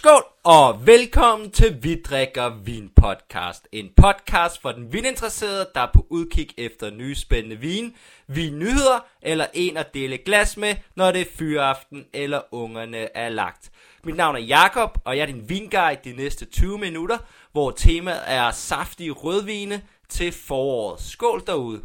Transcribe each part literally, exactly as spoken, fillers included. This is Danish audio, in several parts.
Skål og velkommen til Vi Drikker Vin podcast. En podcast for den vininteresserede, der er på udkig efter nye spændende vin, vinnyheder eller en at dele glas med, når det er fyraften eller ungerne er lagt. Mit navn er Jakob, og jeg er din vinguide de næste tyve minutter, hvor temaet er saftige rødvine til foråret. Skål derude.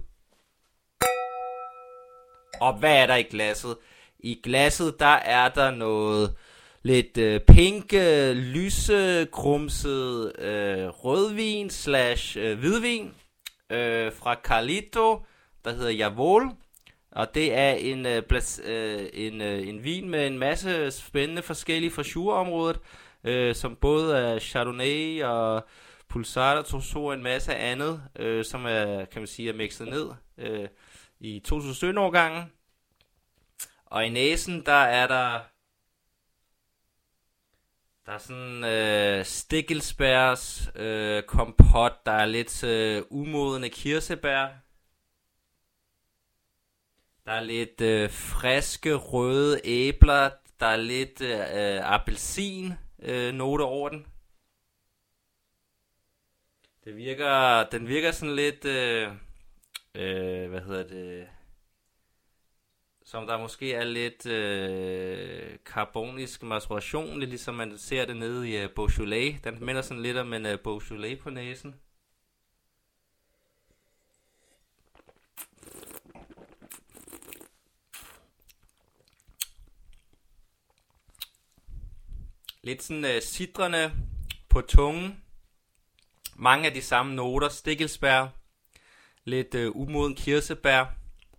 Og hvad er der i glasset? I glasset der er der noget lidt øh, pink, øh, lysegrumset øh, rødvin slash øh, hvidvin øh, fra Carlito, der hedder Javol. Og det er en, øh, blas, øh, en, øh, en vin med en masse spændende forskellige fra Jura-området, øh, som både er Chardonnay og Pulsar, Trousseau og en masse andet, øh, som er, kan man sige, er mixet ned øh, i to tusind sytten-årgangen. Og i næsen, der er der Der er sådan øh, stikkelsbærs øh, kompot, der er lidt øh, umodne kirsebær. Der er lidt øh, friske røde æbler, der er lidt øh, appelsin øh, note over den. Det virker, den virker sådan lidt, øh, øh, hvad hedder det, som der måske er lidt øh, karbonisk maceration, lidt ligesom man ser det nede i uh, Beaujolais. Den minder sådan lidt om en uh, Beaujolais på næsen. Lidt sådan uh, citrende på tungen. Mange af de samme noter, stikkelsbær, lidt uh, umoden kirsebær.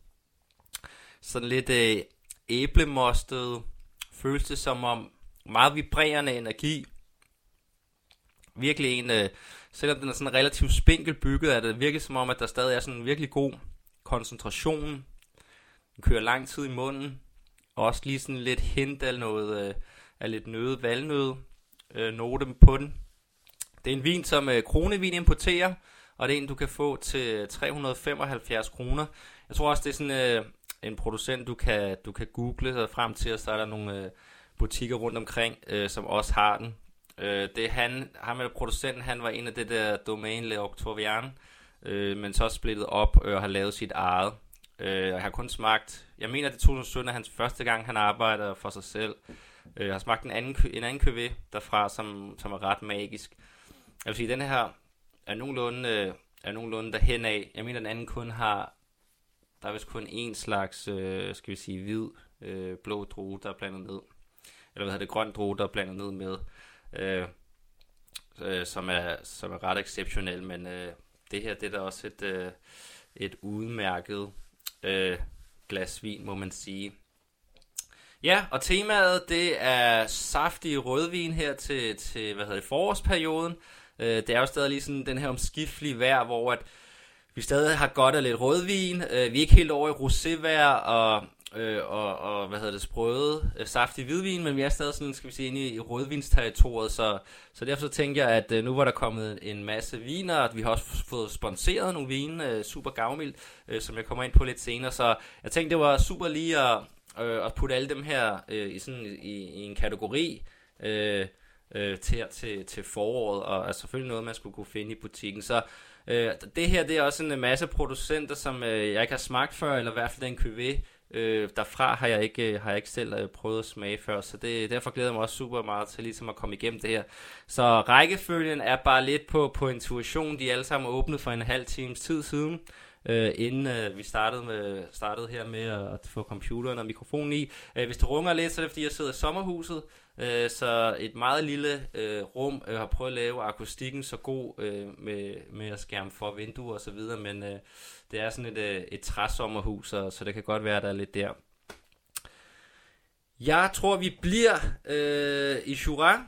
Sådan lidt øh, æblemostet, føles det som om meget vibrerende energi. Virkelig en, øh, selvom den er sådan relativt spinkel bygget, er det virkelig som om, at der stadig er sådan en virkelig god koncentration. Den kører lang tid i munden. Og også lige sådan lidt hint af noget, øh, af lidt nøde, valnøde øh, note på den. Det er en vin, som øh, Kronevin importerer, og det er en, du kan få til tre hundrede og femoghalvfjerds kroner. Jeg tror også, det er sådan øh, en producent, du kan, du kan google sig frem til, og så er der nogle øh, butikker rundt omkring, øh, som også har den. Øh, det er han, ham med producenten, han var en af det der Domaine Le Octovian, øh, men så splittet op øh, og har lavet sit eget. Øh, jeg har kun smagt, jeg mener det to tusind og sytten er hans første gang, han arbejder for sig selv. Øh, jeg har smagt en anden, en anden cuvée derfra, som, som er ret magisk. Jeg vil sige, den her er nogenlunde, øh, er nogenlunde derhen af. Jeg mener, den anden kun har, der er vist kun en slags, øh, skal vi sige, hvid, øh, blå drue, der er blandet ned. Eller hvad hedder det, grøn drue, der er blandet ned med. Øh, øh, som, er, som er ret exceptionel, men øh, det her, det er da også et, øh, et udmærket øh, glas vin, må man sige. Ja, og temaet, det er saftige rødvin her til, til hvad hedder det, forårsperioden. Øh, det er jo stadig lige sådan den her omskiftelige vejr, hvor at vi stadig har godt af lidt rødvin. Øh, vi er ikke helt over i rosévejr og, øh, og, og hvad hedder det, sprøde, øh, saftige hvidvin, men vi er stadig sådan, skal vi sige, inde i, i rødvinsterritoriet. Så, så derfor så tænker jeg, at øh, nu var der kommet en masse viner, og vi har også fået sponsoreret nogle vine, øh, super gavmild, øh, som jeg kommer ind på lidt senere. Så jeg tænkte, det var super lige at, øh, at putte alle dem her øh, i, sådan, i, i en kategori, øh, øh, til, til, til foråret, og er selvfølgelig noget, man skulle kunne finde i butikken. Så øh, det her, det er også en masse producenter, som øh, jeg ikke har smagt før, eller i hvert fald den cuvée øh, derfra har jeg ikke, har jeg ikke selv øh, prøvet at smage før, så det, derfor glæder jeg mig også super meget til ligesom at komme igennem det her. Så rækkefølgen er bare lidt på, på intuition. De er alle sammen åbnet for en halv times tid siden, øh, inden øh, vi startede, med, startede her med at, at få computeren og mikrofonen i. Øh, hvis det runger lidt, så er det fordi jeg sidder i sommerhuset, øh, så et meget lille øh, rum. Jeg har prøvet at lave akustikken så god øh, med, med at skærme for vinduer og så videre, men øh, det er sådan et, øh, et træsommerhus, så, så det kan godt være, at der er lidt der. Jeg tror, vi bliver øh, i Jura,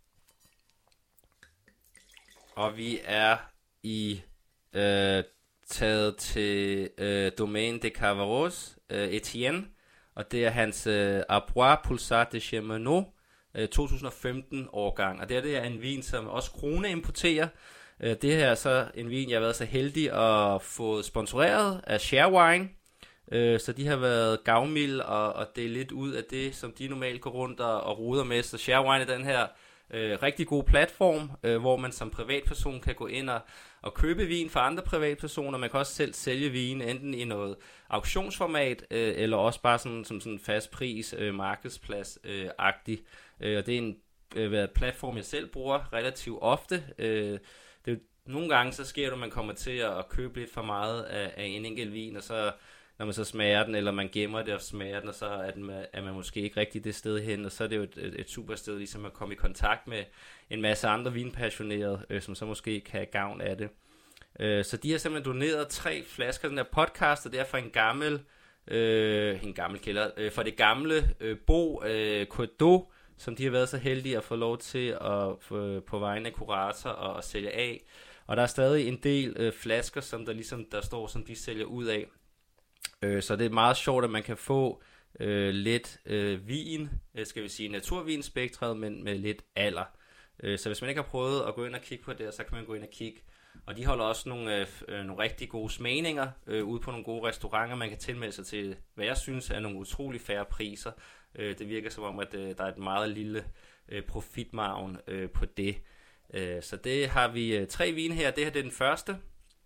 og vi er i øh, taget til øh, Domaine de Carvaros, øh, Etienne, og det er hans øh, Arbois Pulsar de Cheminot, øh, to tusind og femten årgang, og det, er, det er en vin, som også Krone importerer. Øh, det her er så en vin, jeg har været så heldig at få sponsoreret af Sharewine, øh, så de har været gavmilde og, og dele lidt ud af det, som de normalt går rundt og, og ruder med. Så Sharewine er den her Øh, rigtig god platform, øh, hvor man som privatperson kan gå ind og, og købe vin for andre privatpersoner. Man kan også selv sælge vin, enten i noget auktionsformat, øh, eller også bare sådan, som sådan en fast pris, øh, markedsplads-agtig. Øh, øh, og det er en øh, platform, jeg selv bruger relativt ofte. Øh, det, nogle gange så sker det, at man kommer til at købe lidt for meget af, af en enkelt vin, og så når man så smager den, eller man gemmer det og smager den, og så er, den, er man måske ikke rigtig det sted hen, og så er det jo et, et, et super sted ligesom at komme i kontakt med en masse andre vinpassionerede, øh, som så måske kan have gavn af det. Øh, så de har simpelthen doneret tre flasker af den her podcast, og det er fra en gammel, øh, en gammel kælder, øh, fra det gamle øh, Bo øh, Cordeau, som de har været så heldige at få lov til at få, på vegne af kurator og, og sælge af. Og der er stadig en del øh, flasker, som der ligesom der står, som de sælger ud af. Øh, så det er meget sjovt, at man kan få øh, lidt øh, vin, øh, skal vi sige naturvinspektret, men med lidt alder. Øh, så hvis man ikke har prøvet at gå ind og kigge på det, så kan man gå ind og kigge. Og de holder også nogle, øh, nogle rigtig gode smagninger øh, ude på nogle gode restauranter. Man kan tilmelde sig til, hvad jeg synes er nogle utrolig færre priser. Øh, det virker som om, at øh, der er et meget lille øh, profitmargen øh, på det. Øh, så det har vi øh, tre vine her. Det her det er den første.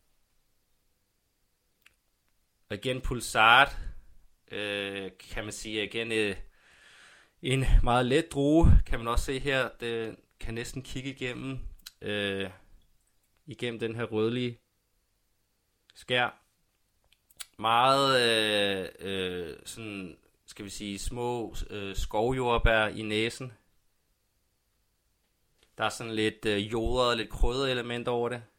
Og igen Pulsart, øh, kan man sige, igen øh, en meget let drue, kan man også se her, det kan næsten kigge igennem, øh, igennem den her rødlige skær. Meget, øh, øh, sådan, skal vi sige, små øh, skovjordbær i næsen. Der er sådan lidt øh, jordret, lidt krydret element over det.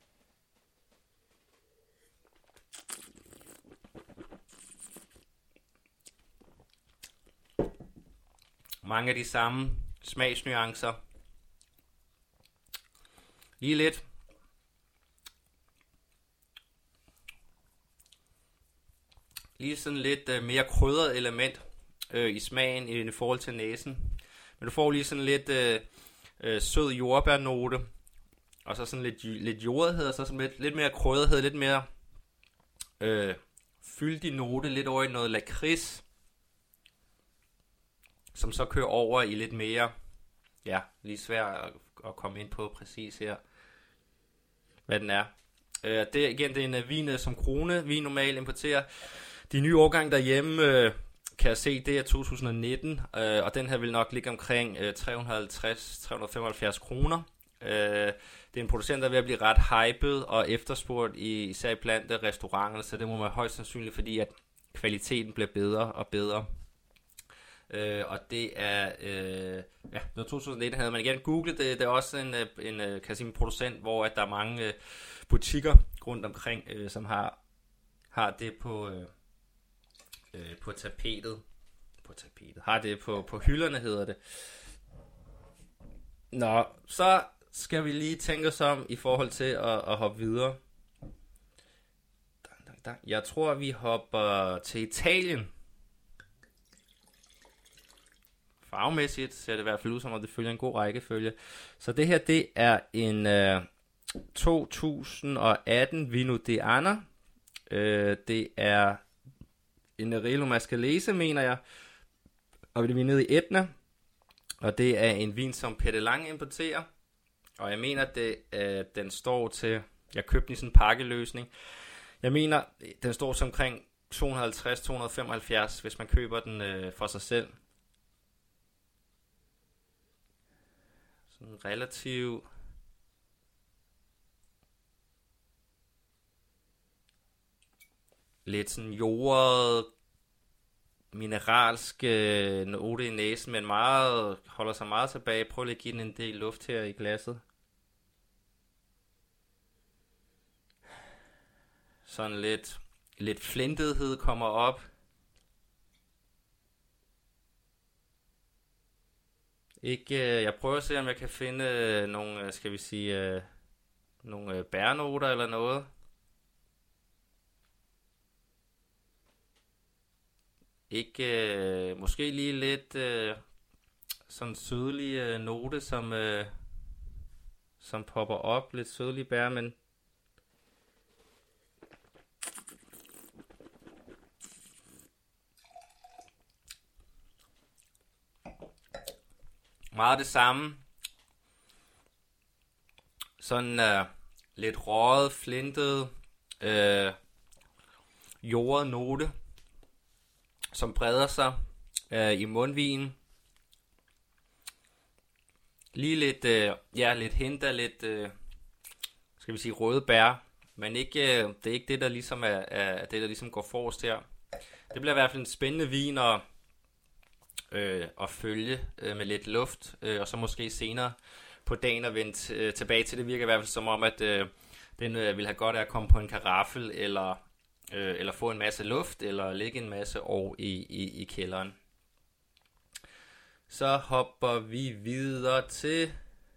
Mange af de samme smagsnuancer. Lige lidt. Lige sådan lidt øh, mere krydret element øh, i smagen i, i forhold til næsen. Men du får lige sådan lidt øh, øh, sød jordbærnote. Og så sådan lidt, lidt jordhed, og så sådan lidt, lidt mere krydrethed, lidt mere øh, fyldig note, lidt over i noget lakrids, som så kører over i lidt mere, ja, lige svært at, at komme ind på præcis her, hvad den er. Øh, det igen, det er en vin, som Krone Vin normalt importerer. De nye årgang derhjemme, øh, kan jeg se, det er to tusind nitten, øh, og den her vil nok ligge omkring øh, tre hundrede og halvtreds til tre hundrede og femoghalvfjerds kroner. Øh, det er en producent, der er ved at blive ret hyped og efterspurgt i, især blandt restauranterne, så det må være højst sandsynligt, fordi at kvaliteten bliver bedre og bedre. Øh, og det er, øh, ja, det var to tusind nitten, havde man igen googlet det. Det er også en, en, kan jeg sige, en producent, hvor at der er mange øh, butikker rundt omkring, øh, som har, har det på, øh, øh, på tapetet. På tapetet. Har det på, på hylderne, hedder det. Nå, så skal vi lige tænke os om i forhold til at, at hoppe videre. Jeg tror, vi hopper til Italien. Farvemæssigt ser det i hvert fald ud som om det følger en god rækkefølge. Så det her, det er en øh, to tusind atten Vino di Anna. Øh, det er en Nerello Mascalese, mener jeg. Og det er nede i Etna. Og det er en vin, som Peter Lang importerer. Og jeg mener, at øh, den står til... Jeg købte den i sådan en pakkeløsning. Jeg mener, den står til omkring to hundrede og halvtreds til to hundrede og femoghalvfjerds, hvis man køber den øh, for sig selv. Sådan relativt lidt sådan jordet, mineralsk øh, note i næsen, men meget, holder sig meget tilbage. Prøv lige at give den en del luft her i glasset. Sådan lidt, lidt flintethed kommer op. Ikke, jeg prøver at se, om jeg kan finde nogle, skal vi sige, nogle bærnoter eller noget. Ikke, måske lige lidt sådan sødlig note, som, som popper op. Lidt sødlig bær, men meget det samme. sådan øh, lidt røget, flintet, øh, jordet note, som breder sig øh, i mundvinen. Lige lidt, øh, ja, lidt hint af lidt, øh, skal vi sige, røde bær, men ikke, øh, det er ikke det, der ligesom er, er det, der ligesom går forrest her. Det bliver i hvert fald en spændende vin at, øh, at følge øh, med lidt luft, øh, og så måske senere på dagen at vende øh, tilbage til. Det virker i hvert fald som om, at øh, den øh, vil have godt af at komme på en karaffel, eller, øh, eller få en masse luft, eller ligge en masse år i, i, i kælderen. Så hopper vi videre til,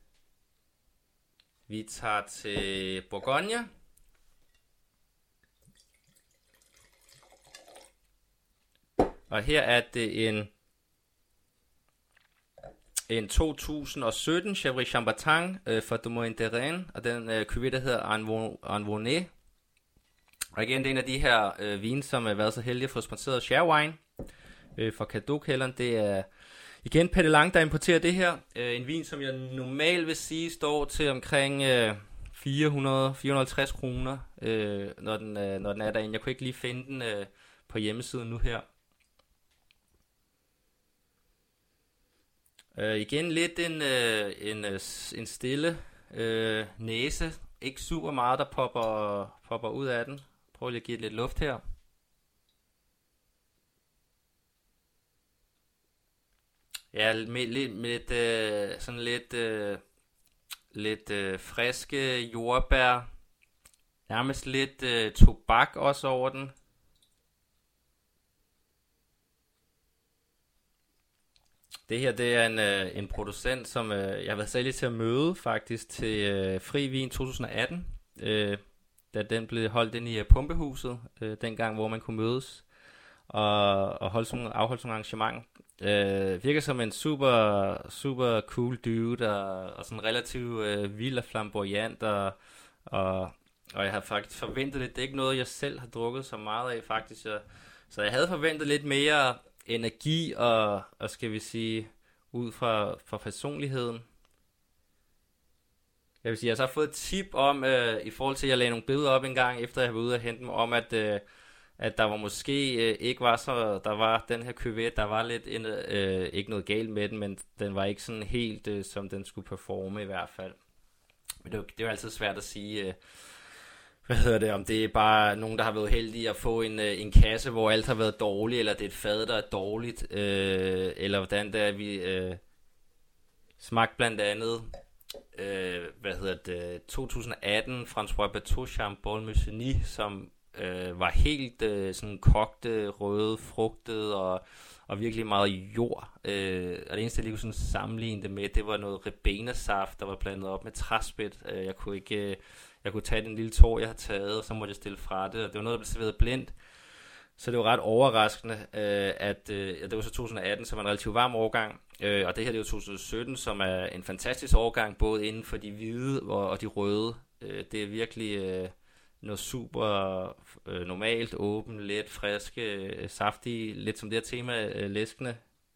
vi tager til Bourgogne. Og her er det en, en to tusind og sytten Chèvre Chambertin øh, fra Domaine de Rennes, og den øh, cuvée, der hedder Envonné. Og igen, det er en af de her øh, vine, som har været så heldig at få sponsoreret Sharewine øh, fra Cadeau-kælderen. Det er igen Peter Lang, der importerer det her. Øh, en vin, som jeg normalt vil sige står til omkring øh, fire hundrede til fire hundrede og halvtreds kroner, øh, når, den, øh, når den er derinde. Jeg kunne ikke lige finde den øh, på hjemmesiden nu her. Øh, igen lidt en, øh, en, øh, en stille øh, næse. Ikke super meget, der popper, popper ud af den. Prøv lige at give lidt luft her. Ja, med, lidt, med lidt, øh, sådan lidt, øh, lidt øh, friske jordbær. Nærmest lidt øh, tobak også over den. Det her, det er en, øh, en producent, som øh, jeg har været så heldig til at møde faktisk til øh, Fri Vin to tusind og atten, øh, da den blev holdt ind i uh, Pumpehuset, øh, dengang hvor man kunne mødes og, og holde sådan, afholde sådan en arrangement. Øh, virker som en super, super cool dude og, og sådan relativt øh, vild og flamboyant, og, og, og jeg har faktisk forventet lidt. Det er ikke noget, jeg selv har drukket så meget af faktisk, så, så jeg havde forventet lidt mere energi og, og skal vi sige, ud fra, fra personligheden. Jeg vil sige, jeg har så fået et tip om, øh, i forhold til, at jeg lagde nogle billeder op en gang, efter jeg var ude og hente dem, om at, øh, at der var måske øh, ikke var så, der var den her cuvée, der var lidt, en, øh, ikke noget galt med den, men den var ikke sådan helt, øh, som den skulle performe i hvert fald. Men det er jo, det er jo altid svært at sige, øh, hvad hedder det, om det er bare nogen, der har været heldige at få en, øh, en kasse, hvor alt har været dårligt, eller det er et fad, der er dårligt, øh, eller hvordan det er, vi øh, smagte blandt andet, øh, hvad hedder det, to tusind og atten François Bateau Chambol Musigny, som øh, var helt øh, sådan kogte, røde, frugtet og, og virkelig meget jord. Øh, og det eneste, jeg lige kunne sådan sammenligne det med, det var noget ribenasaft, der var blandet op med træspæt. Øh, jeg kunne ikke... Øh, Jeg kunne tage den lille tår, jeg har taget, og så måtte jeg stille fra det, og det var noget, der blev serveret blindt. Så det var ret overraskende, øh, at øh, det var så to tusind og atten, som var en relativt varm årgang, øh, og det her det er jo to tusind og sytten, som er en fantastisk årgang, både inden for de hvide og, og de røde. Øh, det er virkelig øh, noget super øh, normalt, åben, let, friske, øh, saftige, lidt som det her tema, øh, læskende.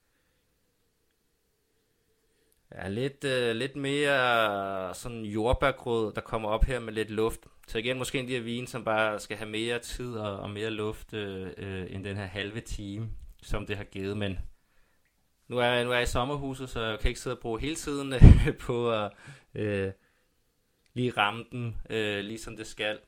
Ja, lidt, øh, lidt mere sådan jordbærgrød, der kommer op her med lidt luft. Så igen, måske en af de her vine, som bare skal have mere tid og, og mere luft øh, øh, end den her halve time, som det har givet. Men nu er, nu er jeg i sommerhuset, så jeg kan ikke sidde og bruge hele tiden øh, på at øh, lige ramme den, øh, ligesom det skal.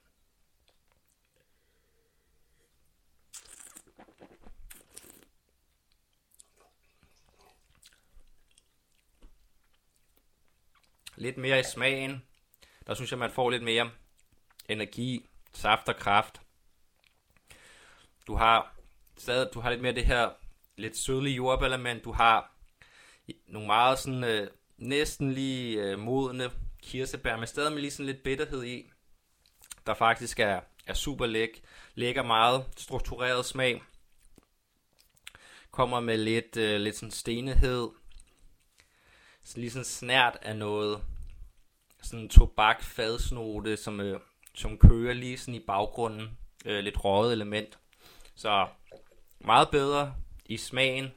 Lidt mere i smagen. Der synes jeg, man får lidt mere energi, saft og kraft. Du har stadig, du har lidt mere det her lidt sødlige jordbærelement. Du har nogle meget sådan øh, næsten lige øh, modne kirsebær, men stadig med lige sådan lidt bitterhed i, der faktisk er, er super læk, lækker, meget struktureret smag. Kommer med lidt, øh, lidt sådan stenighed. Så lige sådan snært af noget sådan tobak fadsnote, som, øh, som kører lige sådan i baggrunden. Øh, lidt røget element. Så meget bedre i smagen.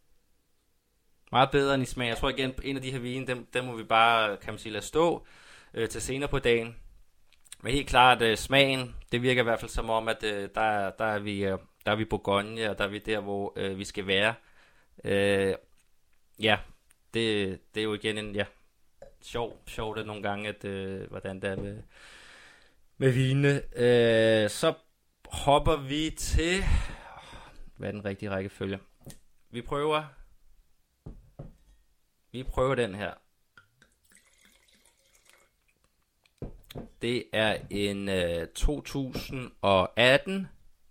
Meget bedre end i smagen. Jeg tror igen, en af de her vine, dem, dem må vi bare, kan man sige, lade stå. øh, til senere på dagen. Men helt klart, øh, smagen, det virker i hvert fald som om, at øh, der, der, er vi, øh, der er vi Bourgogne, og der er vi der, hvor øh, vi skal være. Øh, ja, det, det er jo igen en ja, sjov, sjov det nogle gange, at, øh, hvordan det er med, med vine. Øh, så hopper vi til, hvad er den rigtige rækkefølge? Vi prøver, vi prøver den her. Det er en øh, to tusind atten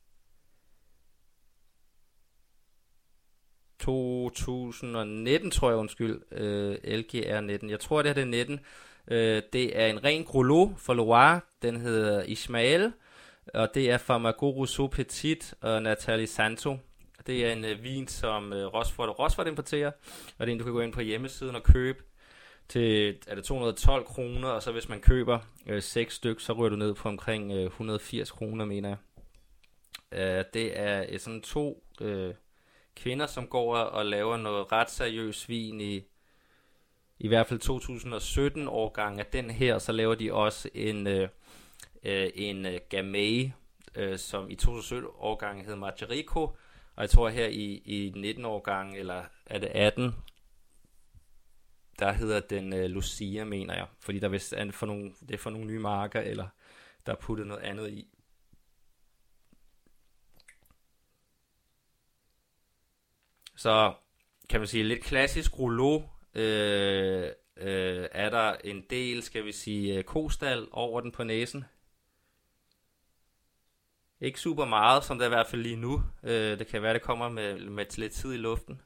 to tusind nitten, tror jeg, undskyld, øh, L G R nitten. Jeg tror, det er det nitten. Øh, det er en ren Grolot fra Loire. Den hedder Ismael, og det er fra Margot Rousseau Petit og Nathalie Santo. Det er en øh, vin, som øh, Rochefort og Rochefort importerer, og det er en, du kan gå ind på hjemmesiden og købe til, er det to hundrede og tolv kroner, og så hvis man køber øh, seks stykker, så ryger du ned på omkring øh, et hundrede og firs kroner, mener jeg. Øh, det er øh, sådan to øh, kvinder, som går og laver noget ret seriøst vin i, i hvert fald to tusind og sytten årgang af den her, så laver de også en, øh, øh, en øh, Gamay, øh, som i to tusind og sytten årgang hed Margerico, og jeg tror her i, i nitten årgang, eller er det atten, der hedder den øh, Lucia, mener jeg, fordi der vist er for nogle, det er for nogle nye marker, eller der er puttet noget andet i. Så kan man sige, lidt klassisk rouleau, øh, øh, er der en del, skal vi sige, kostal over den på næsen. Ikke super meget, som det er i hvert fald lige nu. Øh, det kan være, det kommer med, med lidt tid i luften.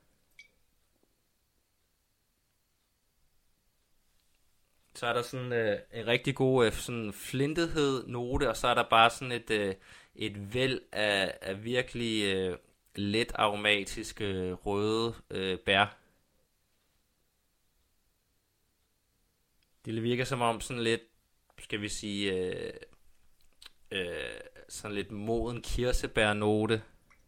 Så er der sådan øh, en rigtig god øh, sådan flintethed note, og så er der bare sådan et, øh, et væld af, af virkelig øh, let aromatiske øh, røde øh, bær. Det virker som om sådan lidt, skal vi sige, øh, øh, sådan lidt moden kirsebærnote.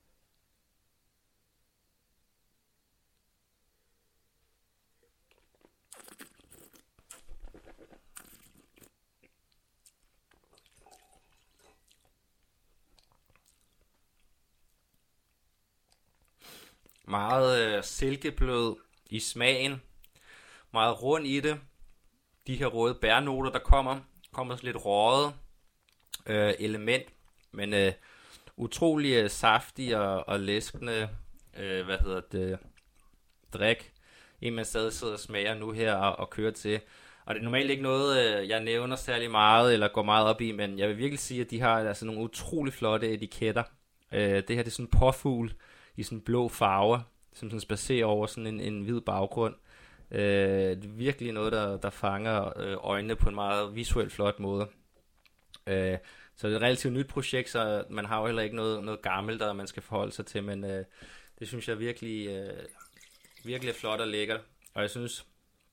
Meget øh, silkeblød i smagen. Meget rund i det. De her røde bærnoter, der kommer, kommer sådan lidt røget øh, element, men øh, utrolig øh, saftig og, og læskende, øh, hvad hedder det, drik. En man stadig sidder og smager nu her og, og kører til. Og det er normalt ikke noget, øh, jeg nævner særlig meget eller går meget op i, men jeg vil virkelig sige, at de har altså nogle utrolig flotte etiketter. Øh, det her det er sådan en påfugl i sådan blå farver, som sådan spacerer over sådan en, en hvid baggrund. Øh, det er virkelig noget, der, der fanger øh, øjnene på en meget visuelt flot måde. Øh, så det er et relativt nyt projekt, så man har jo heller ikke noget, noget gammelt, der man skal forholde sig til, men øh, det synes jeg virkelig, øh, virkelig er flot og lækkert. Og jeg synes,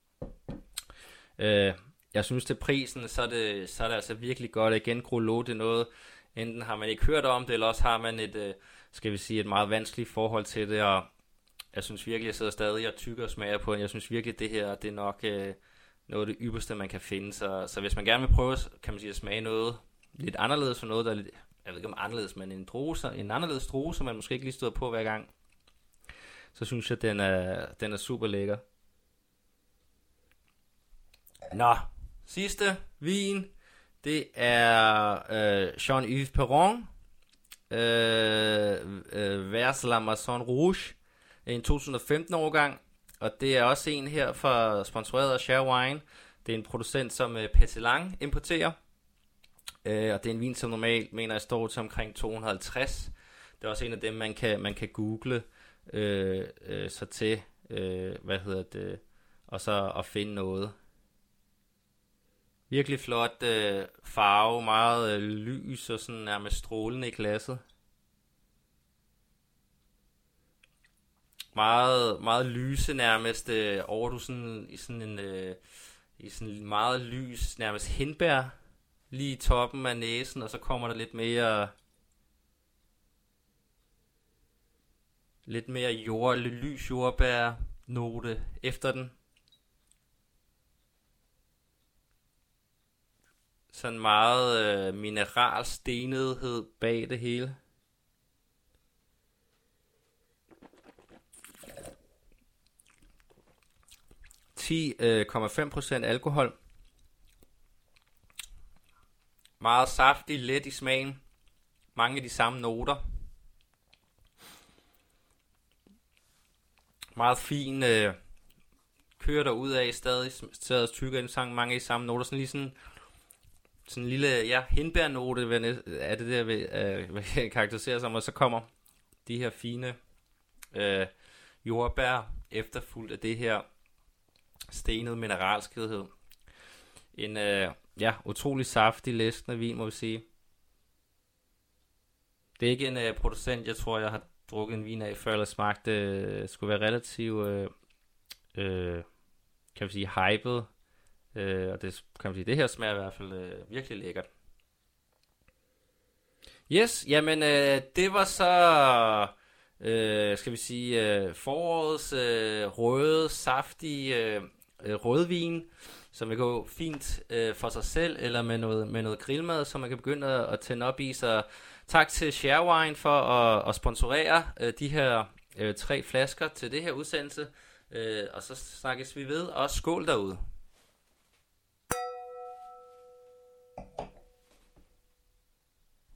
øh, jeg synes til prisen, så er det, så er det altså virkelig godt. Igen, Grolot, det er noget, enten har man ikke hørt om det, eller også har man et, øh, skal vi sige, et meget vanskeligt forhold til det, og jeg synes virkelig, jeg sidder stadig og tykker og smager på det. Jeg synes virkelig, det her, det er nok øh, noget af det ypperste, man kan finde. Så, så hvis man gerne vil prøve, kan man sige, at smage noget lidt anderledes for noget, der er lidt, jeg ved ikke om anderledes, men en drose, en anderledes drose, man måske ikke lige støder på hver gang, så synes jeg, den er, den er super lækker. Nå, sidste vin, det er øh, Jean-Yves Perron, øh, øh, Vers la Maison Rouge, en to tusind og femten årgang, og det er også en her fra sponsoreret af Share Wine. Det er en producent, som uh, Pétillant importerer, uh, og det er en vin, som normalt mener jeg står til omkring to hundrede og halvtreds. Det er også en af dem, man kan, man kan google uh, uh, sig til, uh, hvad hedder det, og så at finde noget. Virkelig flot uh, farve, meget uh, lys og sådan nærmest strålende i glasset. Meget, meget lyse nærmest, øh, over du sådan i sådan en øh, i sådan en meget lys, nærmest hindbær lige i toppen af næsen, og så kommer der lidt mere lidt mere jord, lidt lys jordbær note efter den. Sådan meget øh, mineralstenethed bag det hele. ti komma fem procent alkohol. Meget saftig, let i smagen. Mange af de samme noter. Meget fin. Øh, kører der ud af stadig. Stadig tykker en sang. Mange af de samme noter. Sådan lige sådan, sådan en lille ja, hindbærnote er det der, vil, øh, hvad jeg karakteriserer som. Og så kommer de her fine øh, jordbær efterfulgt af det her stenet mineralskhed. En øh, ja, utrolig saftig, læskende vin, må vi sige. Det er ikke en øh, producent, jeg tror, jeg har drukket en vin af før, eller smagt. Det øh, skulle være relativt, øh, øh, kan vi sige, hyped. Øh, og det kan man sige, det her smager i hvert fald øh, virkelig lækkert. Yes, jamen øh, det var så, øh, skal vi sige, øh, forårets øh, røde, saftige øh, rødvin, som kan gå fint øh, for sig selv, eller med noget, med noget grillmad, som man kan begynde at, at tænde op i. Så tak til Sharewine for at, at sponsorere øh, de her øh, tre flasker til det her udsendelse. Øh, og så snakkes vi ved, og skål derude.